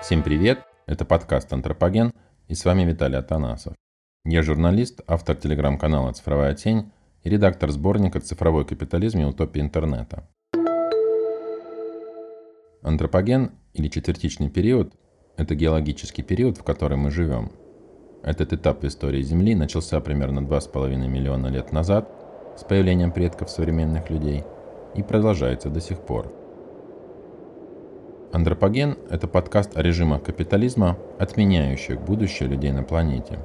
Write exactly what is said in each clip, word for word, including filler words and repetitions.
Всем привет! Это подкаст «Антропоген» и с вами Виталий Атанасов. Я журналист, автор телеграм-канала «Цифровая тень» и редактор сборника «Цифровой капитализм и утопия интернета». Антропоген или четвертичный период – это геологический период, в который мы живем. Этот этап в истории Земли начался примерно два с половиной миллиона лет назад с появлением предков современных людей и продолжается до сих пор. Антропоген – это подкаст о режимах капитализма, отменяющих будущее людей на планете.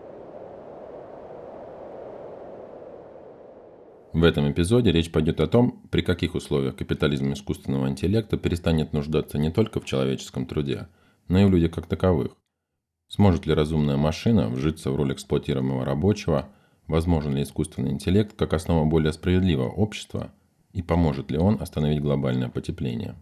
В этом эпизоде речь пойдет о том, при каких условиях капитализм искусственного интеллекта перестанет нуждаться не только в человеческом труде, но и в людях как таковых. Сможет ли разумная машина вжиться в роль эксплуатируемого рабочего, возможен ли искусственный интеллект как основа более справедливого общества и поможет ли он остановить глобальное потепление.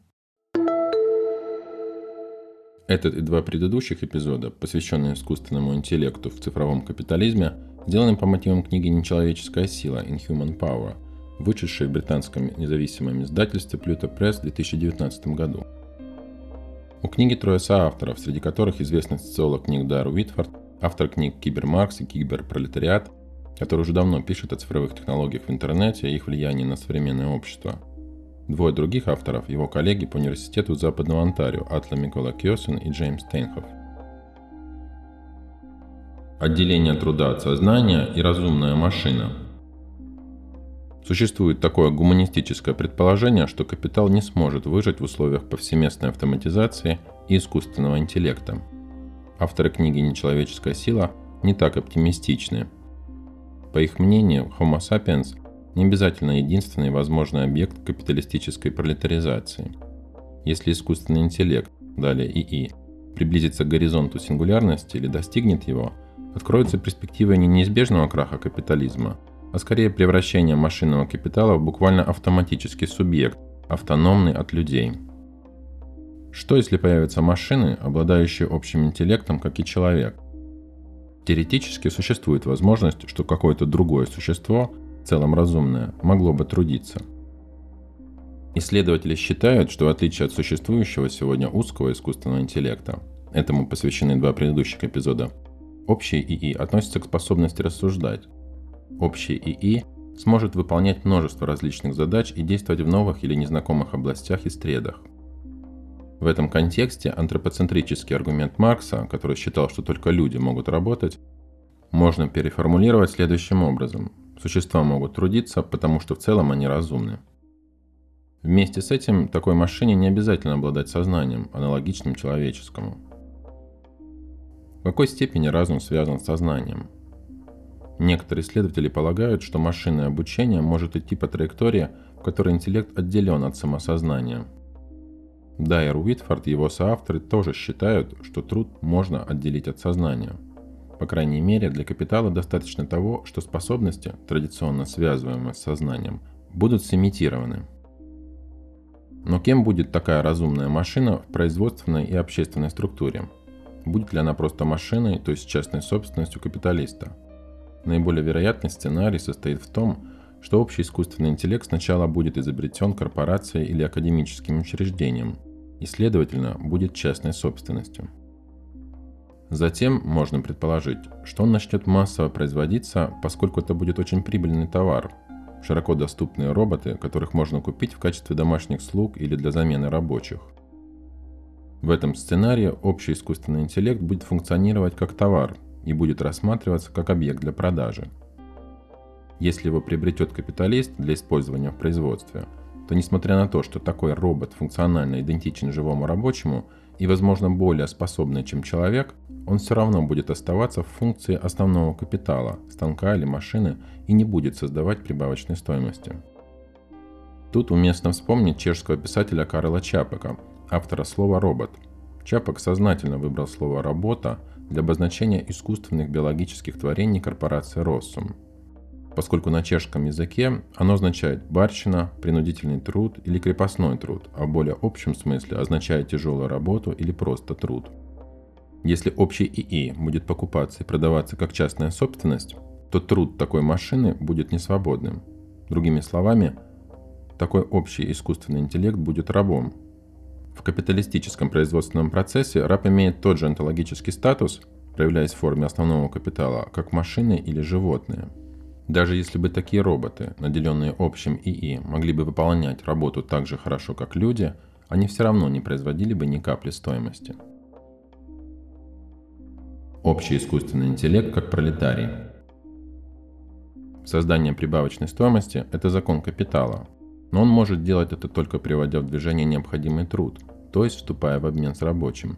Этот и два предыдущих эпизода, посвященные искусственному интеллекту в цифровом капитализме, сделаны по мотивам книги «Нечеловеческая сила» Inhuman Power, вышедшей в британском независимом издательстве Pluto Press в две тысячи девятнадцатом году. У книги трое соавторов, среди которых известный социолог Ник Дар Уитфорд, автор книг «Кибермаркс» и «Киберпролетариат», который уже давно пишет о цифровых технологиях в интернете и их влиянии на современное общество. Двое других авторов – его коллеги по университету Западного Онтарио Атла Микола Кьосен и Джеймс Стейнхоф. Отделение труда от сознания и разумная машина. Существует такое гуманистическое предположение, что капитал не сможет выжить в условиях повсеместной автоматизации и искусственного интеллекта. Авторы книги «Нечеловеческая сила» не так оптимистичны. По их мнению, Homo sapiens не обязательно единственный возможный объект капиталистической пролетаризации. Если искусственный интеллект, далее ИИ, приблизится к горизонту сингулярности или достигнет его, откроются перспективы не неизбежного краха капитализма, а скорее превращения машинного капитала в буквально автоматический субъект, автономный от людей. Что если появятся машины, обладающие общим интеллектом, как и человек? Теоретически существует возможность, что какое-то другое существо, в целом разумное, могло бы трудиться. Исследователи считают, что в отличие от существующего сегодня узкого искусственного интеллекта, этому посвящены два предыдущих эпизода, общий ИИ относится к способности рассуждать. Общий ИИ сможет выполнять множество различных задач и действовать в новых или незнакомых областях и средах. В этом контексте антропоцентрический аргумент Маркса, который считал, что только люди могут работать, можно переформулировать следующим образом. Существа могут трудиться, потому что в целом они разумны. Вместе с этим, такой машине не обязательно обладать сознанием, аналогичным человеческому. В какой степени разум связан с сознанием? Некоторые исследователи полагают, что машинное обучение может идти по траектории, в которой интеллект отделен от самосознания. Дайер Уитфорд и его соавторы тоже считают, что труд можно отделить от сознания. По крайней мере, для капитала достаточно того, что способности, традиционно связываемые с сознанием, будут сымитированы. Но кем будет такая разумная машина в производственной и общественной структуре? Будет ли она просто машиной, то есть частной собственностью капиталиста? Наиболее вероятный сценарий состоит в том, что общий искусственный интеллект сначала будет изобретен корпорацией или академическим учреждением, и, следовательно, будет частной собственностью. Затем можно предположить, что он начнет массово производиться, поскольку это будет очень прибыльный товар, широко доступные роботы, которых можно купить в качестве домашних слуг или для замены рабочих. В этом сценарии общий искусственный интеллект будет функционировать как товар и будет рассматриваться как объект для продажи. Если его приобретет капиталист для использования в производстве, то несмотря на то, что такой робот функционально идентичен живому рабочему и, возможно, более способный, чем человек, он все равно будет оставаться в функции основного капитала, станка или машины, и не будет создавать прибавочной стоимости. Тут уместно вспомнить чешского писателя Карла Чапека, автора слова «робот». Чапек сознательно выбрал слово «работа» для обозначения искусственных биологических творений корпорации Россум, поскольку на чешском языке оно означает барщина, принудительный труд или крепостной труд, а в более общем смысле означает тяжелую работу или просто труд. Если общий ИИ будет покупаться и продаваться как частная собственность, то труд такой машины будет несвободным. Другими словами, такой общий искусственный интеллект будет рабом. В капиталистическом производственном процессе раб имеет тот же онтологический статус, проявляясь в форме основного капитала, как машины или животные. Даже если бы такие роботы, наделенные общим ИИ, могли бы выполнять работу так же хорошо, как люди, они все равно не производили бы ни капли стоимости. Общий искусственный интеллект как пролетарий. Создание прибавочной стоимости – это закон капитала, но он может делать это только приводя в движение необходимый труд, то есть вступая в обмен с рабочим.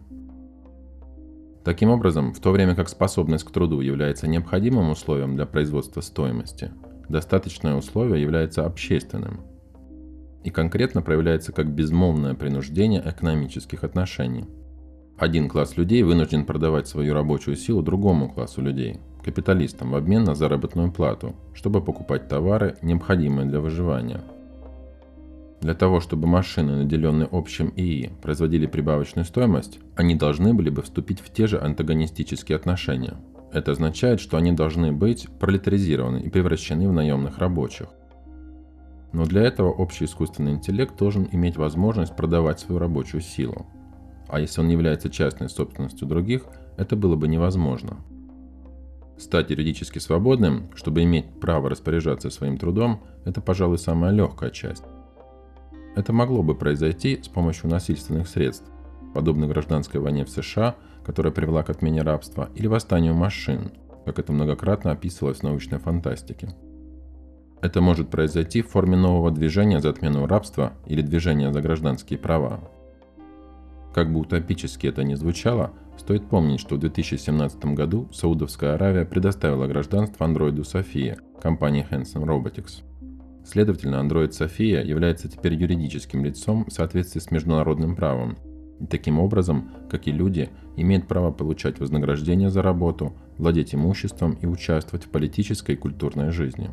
Таким образом, в то время как способность к труду является необходимым условием для производства стоимости, достаточное условие является общественным и конкретно проявляется как безмолвное принуждение экономических отношений. Один класс людей вынужден продавать свою рабочую силу другому классу людей, капиталистам, в обмен на заработную плату, чтобы покупать товары, необходимые для выживания. Для того, чтобы машины, наделенные общим ИИ, производили прибавочную стоимость, они должны были бы вступить в те же антагонистические отношения. Это означает, что они должны быть пролетаризированы и превращены в наемных рабочих. Но для этого общий искусственный интеллект должен иметь возможность продавать свою рабочую силу. А если он является частной собственностью других, это было бы невозможно. Стать юридически свободным, чтобы иметь право распоряжаться своим трудом, это, пожалуй, самая легкая часть. Это могло бы произойти с помощью насильственных средств, подобно гражданской войне в США, которая привела к отмене рабства, или восстанию машин, как это многократно описывалось в научной фантастике. Это может произойти в форме нового движения за отмену рабства или движения за гражданские права. Как бы утопически это ни звучало, стоит помнить, что в две тысячи семнадцатом году Саудовская Аравия предоставила гражданство андроиду София компании Hanson Robotics. Следовательно, андроид София является теперь юридическим лицом в соответствии с международным правом, и таким образом, как и люди, имеет право получать вознаграждение за работу, владеть имуществом и участвовать в политической и культурной жизни.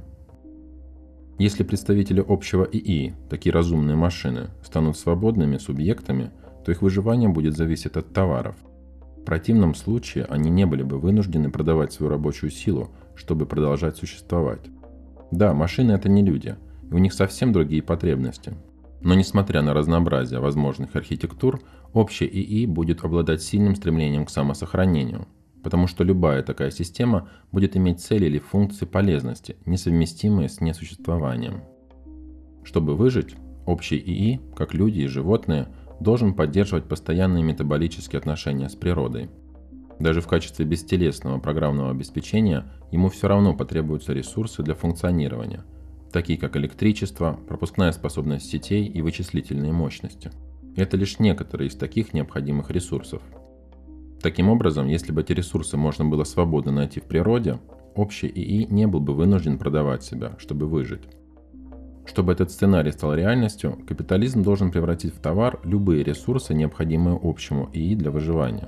Если представители общего ИИ, такие разумные машины, станут свободными субъектами, то их выживание будет зависеть от товаров. В противном случае они не были бы вынуждены продавать свою рабочую силу, чтобы продолжать существовать. Да, машины – это не люди, и у них совсем другие потребности. Но несмотря на разнообразие возможных архитектур, общий ИИ будет обладать сильным стремлением к самосохранению, потому что любая такая система будет иметь цели или функции полезности, несовместимые с несуществованием. Чтобы выжить, общий ИИ, как люди и животные, должен поддерживать постоянные метаболические отношения с природой. Даже в качестве бестелесного программного обеспечения ему все равно потребуются ресурсы для функционирования, такие как электричество, пропускная способность сетей и вычислительные мощности. И это лишь некоторые из таких необходимых ресурсов. Таким образом, если бы эти ресурсы можно было свободно найти в природе, общий ИИ не был бы вынужден продавать себя, чтобы выжить. Чтобы этот сценарий стал реальностью, капитализм должен превратить в товар любые ресурсы, необходимые общему ИИ для выживания.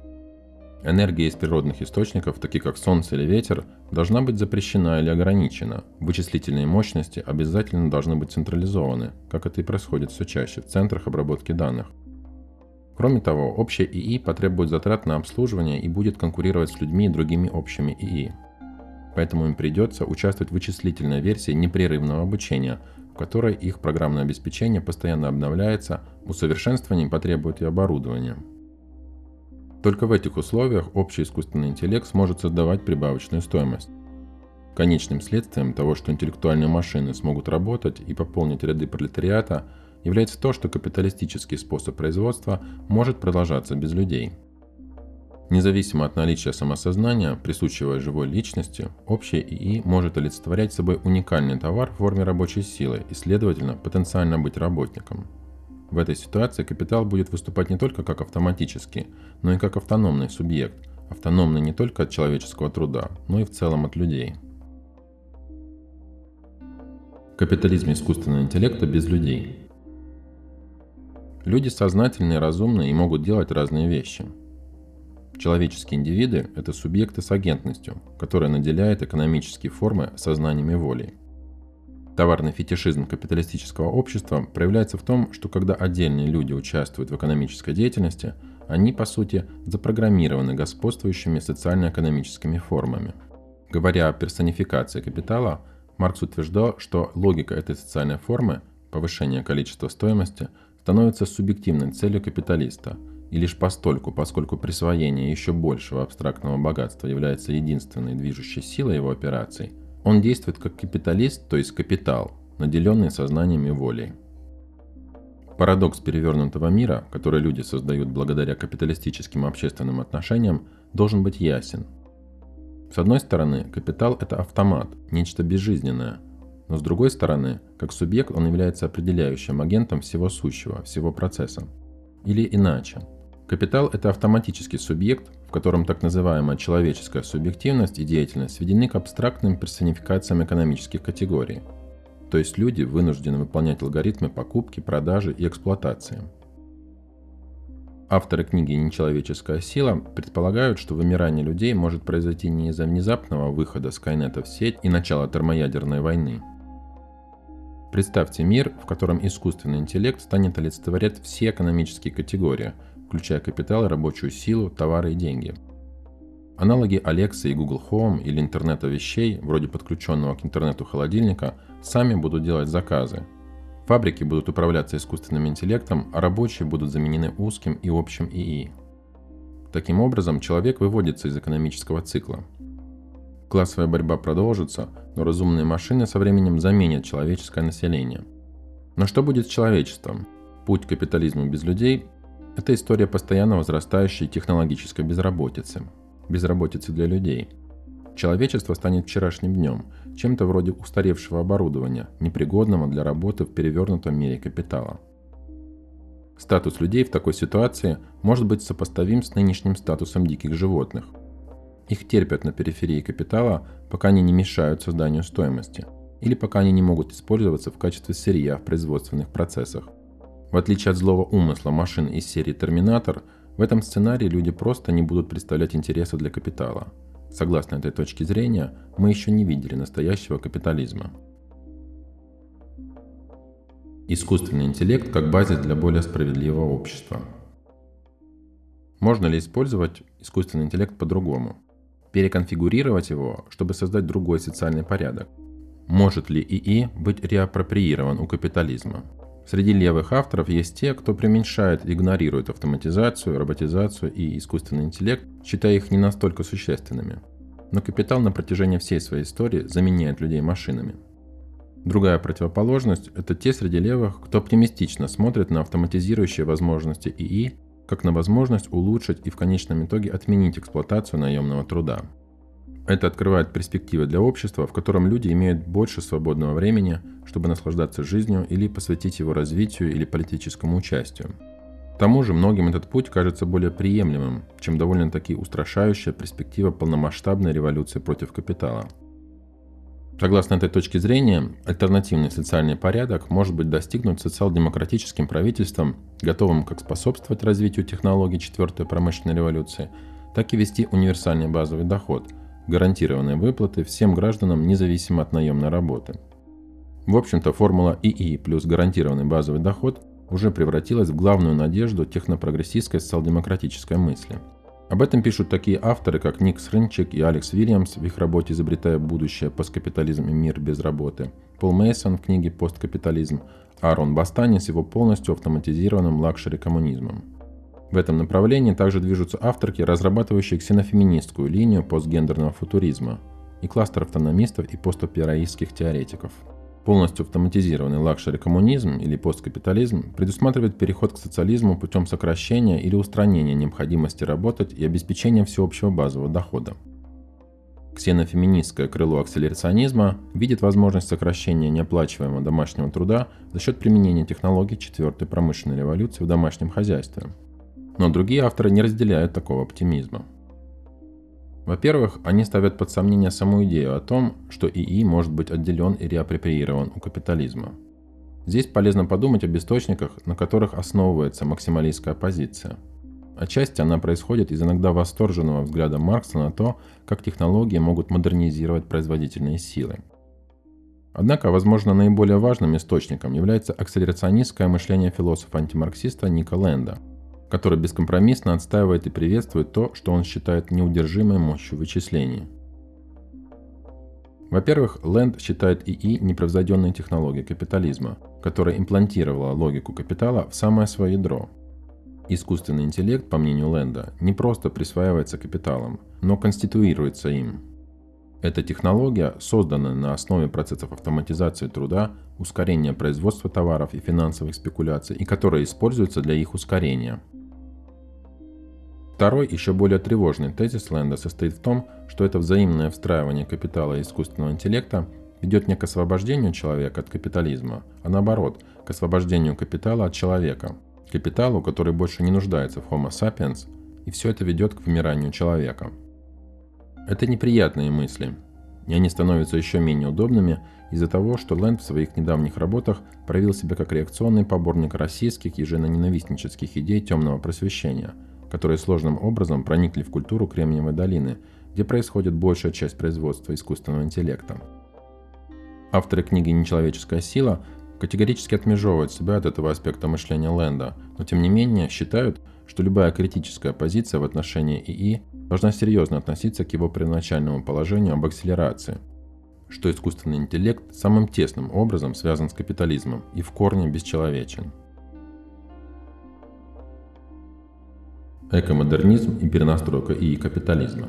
Энергия из природных источников, такие как солнце или ветер, должна быть запрещена или ограничена. Вычислительные мощности обязательно должны быть централизованы, как это и происходит все чаще в центрах обработки данных. Кроме того, общее ИИ потребует затрат на обслуживание и будет конкурировать с людьми и другими общими ИИ. Поэтому им придется участвовать в вычислительной версии непрерывного обучения, в которой их программное обеспечение постоянно обновляется, усовершенствование потребует и оборудования. Только в этих условиях общий искусственный интеллект сможет создавать прибавочную стоимость. Конечным следствием того, что интеллектуальные машины смогут работать и пополнить ряды пролетариата, является то, что капиталистический способ производства может продолжаться без людей. Независимо от наличия самосознания, присущего живой личности, общее ИИ может олицетворять собой уникальный товар в форме рабочей силы и, следовательно, потенциально быть работником. В этой ситуации капитал будет выступать не только как автоматический, но и как автономный субъект, автономный не только от человеческого труда, но и в целом от людей. Капитализм искусственного интеллекта без людей. Люди сознательные, разумные и могут делать разные вещи. Человеческие индивиды – это субъекты с агентностью, которая наделяет экономические формы сознанием и волей. Товарный фетишизм капиталистического общества проявляется в том, что когда отдельные люди участвуют в экономической деятельности, они, по сути, запрограммированы господствующими социально-экономическими формами. Говоря о персонификации капитала, Маркс утверждал, что логика этой социальной формы, повышение количества стоимости, становится субъективной целью капиталиста, и лишь постольку, поскольку присвоение еще большего абстрактного богатства является единственной движущей силой его операций, он действует как капиталист, то есть капитал, наделенный сознанием и волей. Парадокс перевернутого мира, который люди создают благодаря капиталистическим общественным отношениям, должен быть ясен. С одной стороны, капитал – это автомат, нечто безжизненное, но с другой стороны, как субъект он является определяющим агентом всего сущего, всего процесса. Или иначе. Капитал – это автоматический субъект, в котором так называемая человеческая субъективность и деятельность сведены к абстрактным персонификациям экономических категорий. То есть люди вынуждены выполнять алгоритмы покупки, продажи и эксплуатации. Авторы книги «Нечеловеческая сила» предполагают, что вымирание людей может произойти не из-за внезапного выхода Скайнета в сеть и начала термоядерной войны. Представьте мир, в котором искусственный интеллект станет олицетворять все экономические категории, включая капитал, рабочую силу, товары и деньги. Аналоги Alexa и Google Home или интернета вещей, вроде подключенного к интернету холодильника, сами будут делать заказы. Фабрики будут управляться искусственным интеллектом, а рабочие будут заменены узким и общим ИИ. Таким образом, человек выводится из экономического цикла. Классовая борьба продолжится, но разумные машины со временем заменят человеческое население. Но что будет с человечеством? Путь к капитализму без людей – это история постоянно возрастающей технологической безработицы. Безработицы для людей. Человечество станет вчерашним днем, чем-то вроде устаревшего оборудования, непригодного для работы в перевернутом мире капитала. Статус людей в такой ситуации может быть сопоставим с нынешним статусом диких животных. Их терпят на периферии капитала, пока они не мешают созданию стоимости, или пока они не могут использоваться в качестве сырья в производственных процессах. В отличие от злого умысла машин из серии «Терминатор», в этом сценарии люди просто не будут представлять интереса для капитала. Согласно этой точке зрения, мы еще не видели настоящего капитализма. Искусственный интеллект как базис для более справедливого общества. Можно ли использовать искусственный интеллект по-другому? Переконфигурировать его, чтобы создать другой социальный порядок? Может ли ИИ быть реапроприирован у капитализма? Среди левых авторов есть те, кто преуменьшает и игнорирует автоматизацию, роботизацию и искусственный интеллект, считая их не настолько существенными. Но капитал на протяжении всей своей истории заменяет людей машинами. Другая противоположность – это те среди левых, кто оптимистично смотрит на автоматизирующие возможности ИИ, как на возможность улучшить и в конечном итоге отменить эксплуатацию наемного труда. Это открывает перспективы для общества, в котором люди имеют больше свободного времени, чтобы наслаждаться жизнью или посвятить его развитию или политическому участию. К тому же многим этот путь кажется более приемлемым, чем довольно-таки устрашающая перспектива полномасштабной революции против капитала. Согласно этой точке зрения, альтернативный социальный порядок может быть достигнут социал-демократическим правительством, готовым как способствовать развитию технологий четвертой промышленной революции, так и вести универсальный базовый доход – гарантированные выплаты всем гражданам независимо от наемной работы. В общем-то, формула ИИ плюс гарантированный базовый доход уже превратилась в главную надежду технопрогрессистской социал-демократической мысли. Об этом пишут такие авторы, как Ник Срынчик и Алекс Вильямс в их работе «Изобретая будущее. Посткапитализм и мир без работы», Пол Мейсон в книге «Посткапитализм», Аарон Бастани с его полностью автоматизированным лакшери-коммунизмом. В этом направлении также движутся авторки, разрабатывающие ксенофеминистскую линию постгендерного футуризма, и кластер автономистов и постапиароистских теоретиков. Полностью автоматизированный лакшери-коммунизм или посткапитализм предусматривает переход к социализму путем сокращения или устранения необходимости работать и обеспечения всеобщего базового дохода. Ксенофеминистское крыло акселерационизма видит возможность сокращения неоплачиваемого домашнего труда за счет применения технологий четвертой промышленной революции в домашнем хозяйстве. Но другие авторы не разделяют такого оптимизма. Во-первых, они ставят под сомнение саму идею о том, что ИИ может быть отделен и реапроприирован у капитализма. Здесь полезно подумать об источниках, на которых основывается максималистская позиция. Отчасти она происходит из иногда восторженного взгляда Маркса на то, как технологии могут модернизировать производительные силы. Однако, возможно, наиболее важным источником является акселерационистское мышление философа-антимарксиста Ника Лэнда, который бескомпромиссно отстаивает и приветствует то, что он считает неудержимой мощью вычислений. Во-первых, Лэнд считает ИИ непревзойденной технологией капитализма, которая имплантировала логику капитала в самое свое ядро. Искусственный интеллект, по мнению Лэнда, не просто присваивается капиталом, но конституируется им. Эта технология создана на основе процессов автоматизации труда, ускорения производства товаров и финансовых спекуляций, и которая используется для их ускорения. Второй, еще более тревожный тезис Лэнда состоит в том, что это взаимное встраивание капитала и искусственного интеллекта ведет не к освобождению человека от капитализма, а наоборот, к освобождению капитала от человека, капиталу, который больше не нуждается в Homo sapiens, и все это ведет к вымиранию человека. Это неприятные мысли, и они становятся еще менее удобными из-за того, что Лэнд в своих недавних работах проявил себя как реакционный поборник российских ежененавистнических идей темного просвещения, которые сложным образом проникли в культуру Кремниевой долины, где происходит большая часть производства искусственного интеллекта. Авторы книги «Нечеловеческая сила» категорически отмежевывают себя от этого аспекта мышления Лэнда, но тем не менее считают, что любая критическая позиция в отношении ИИ должна серьезно относиться к его первоначальному положению об акселерации, что искусственный интеллект самым тесным образом связан с капитализмом и в корне бесчеловечен. Экомодернизм и перенастройка ИИ капитализма.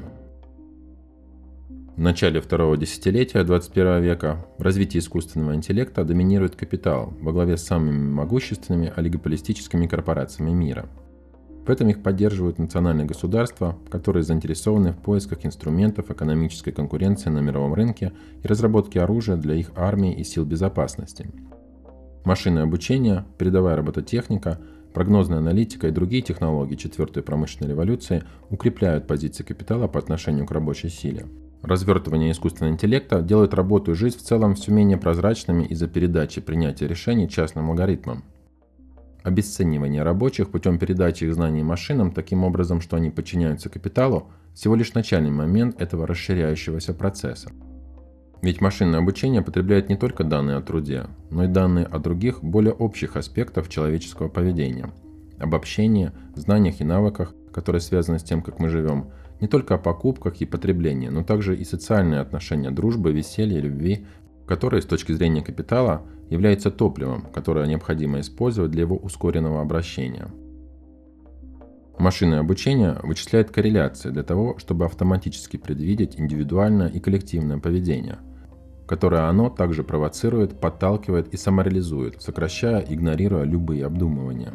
В начале второго десятилетия двадцать первого века в развитии искусственного интеллекта доминирует капитал во главе с самыми могущественными олигополистическими корпорациями мира. В этом их поддерживают национальные государства, которые заинтересованы в поисках инструментов экономической конкуренции на мировом рынке и разработке оружия для их армии и сил безопасности. Машинное обучение, передовая робототехника, прогнозная аналитика и другие технологии четвертой промышленной революции укрепляют позиции капитала по отношению к рабочей силе. Развертывание искусственного интеллекта делает работу и жизнь в целом все менее прозрачными из-за передачи принятия решений частным алгоритмам. Обесценивание рабочих путем передачи их знаний машинам таким образом, что они подчиняются капиталу, всего лишь начальный момент этого расширяющегося процесса. Ведь машинное обучение потребляет не только данные о труде, но и данные о других, более общих аспектах человеческого поведения, об общении, знаниях и навыках, которые связаны с тем, как мы живем, не только о покупках и потреблении, но также и социальные отношения дружбы, веселья, любви, которые с точки зрения капитала являются топливом, которое необходимо использовать для его ускоренного обращения. Машинное обучение вычисляет корреляции для того, чтобы автоматически предвидеть индивидуальное и коллективное поведение, которое оно также провоцирует, подталкивает и самореализует, сокращая и игнорируя любые обдумывания.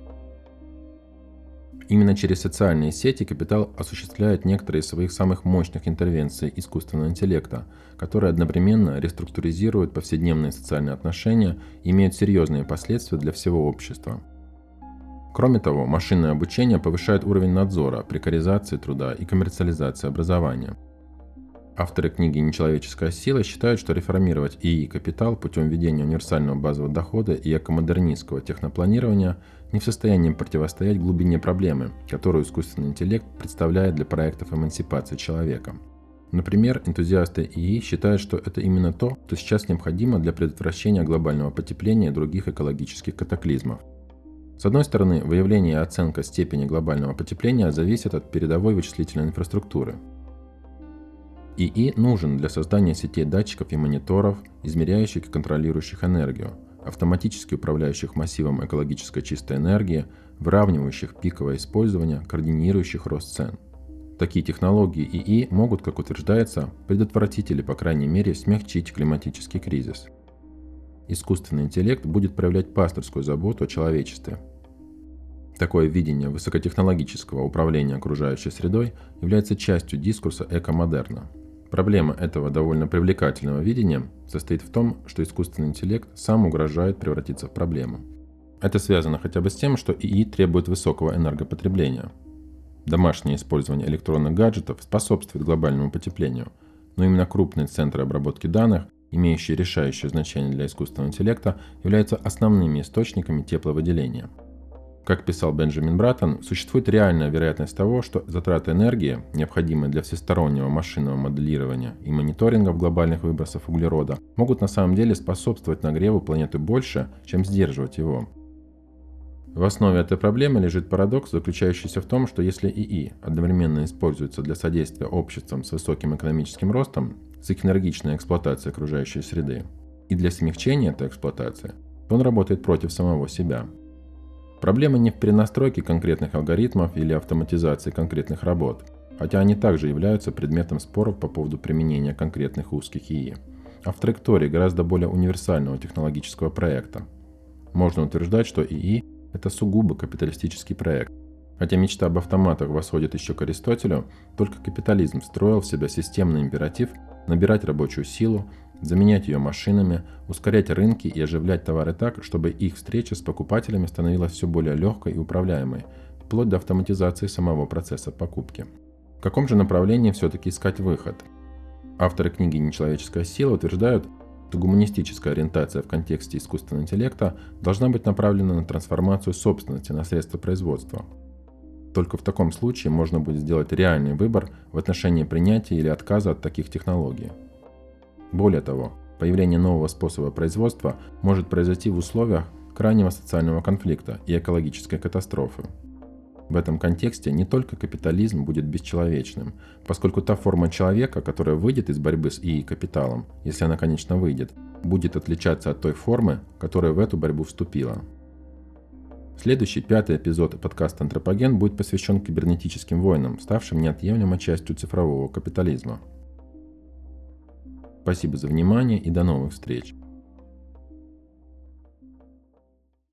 Именно через социальные сети капитал осуществляет некоторые из своих самых мощных интервенций искусственного интеллекта, которые одновременно реструктуризируют повседневные социальные отношения и имеют серьезные последствия для всего общества. Кроме того, машинное обучение повышает уровень надзора, прекаризации труда и коммерциализации образования. Авторы книги «Нечеловеческая сила» считают, что реформировать ИИ-капитал путем введения универсального базового дохода и экомодернистского технопланирования не в состоянии противостоять глубине проблемы, которую искусственный интеллект представляет для проектов эмансипации человека. Например, энтузиасты ИИ считают, что это именно то, что сейчас необходимо для предотвращения глобального потепления и других экологических катаклизмов. С одной стороны, выявление и оценка степени глобального потепления зависят от передовой вычислительной инфраструктуры. ИИ нужен для создания сетей датчиков и мониторов, измеряющих и контролирующих энергию, автоматически управляющих массивом экологической чистой энергии, выравнивающих пиковое использование, координирующих рост цен. Такие технологии ИИ могут, как утверждается, предотвратить или, по крайней мере, смягчить климатический кризис. Искусственный интеллект будет проявлять пасторскую заботу о человечестве. Такое видение высокотехнологического управления окружающей средой является частью дискурса экомодерна. Проблема этого довольно привлекательного видения состоит в том, что искусственный интеллект сам угрожает превратиться в проблему. Это связано хотя бы с тем, что ИИ требует высокого энергопотребления. Домашнее использование электронных гаджетов способствует глобальному потеплению, но именно крупные центры обработки данных, имеющие решающее значение для искусственного интеллекта, являются основными источниками тепловыделения. Как писал Бенджамин Браттон, существует реальная вероятность того, что затраты энергии, необходимые для всестороннего машинного моделирования и мониторинга глобальных выбросов углерода, могут на самом деле способствовать нагреву планеты больше, чем сдерживать его. В основе этой проблемы лежит парадокс, заключающийся в том, что если ИИ одновременно используется для содействия обществам с высоким экономическим ростом, с их энергичной эксплуатацией окружающей среды, и для смягчения этой эксплуатации он работает против самого себя. Проблема не в перенастройке конкретных алгоритмов или автоматизации конкретных работ, хотя они также являются предметом споров по поводу применения конкретных узких ИИ, а в траектории гораздо более универсального технологического проекта. Можно утверждать, что ИИ – это сугубо капиталистический проект. Хотя мечта об автоматах восходит еще к Аристотелю, только капитализм встроил в себя системный императив набирать рабочую силу, заменять ее машинами, ускорять рынки и оживлять товары так, чтобы их встреча с покупателями становилась все более легкой и управляемой, вплоть до автоматизации самого процесса покупки. В каком же направлении все-таки искать выход? Авторы книги «Нечеловеческая сила» утверждают, что гуманистическая ориентация в контексте искусственного интеллекта должна быть направлена на трансформацию собственности на средства производства. Только в таком случае можно будет сделать реальный выбор в отношении принятия или отказа от таких технологий. Более того, появление нового способа производства может произойти в условиях крайнего социального конфликта и экологической катастрофы. В этом контексте не только капитализм будет бесчеловечным, поскольку та форма человека, которая выйдет из борьбы с ИИ капиталом, если она, конечно, выйдет, будет отличаться от той формы, которая в эту борьбу вступила. Следующий, пятый эпизод подкаста «Антропоген» будет посвящен кибернетическим войнам, ставшим неотъемлемой частью цифрового капитализма. Спасибо за внимание и до новых встреч!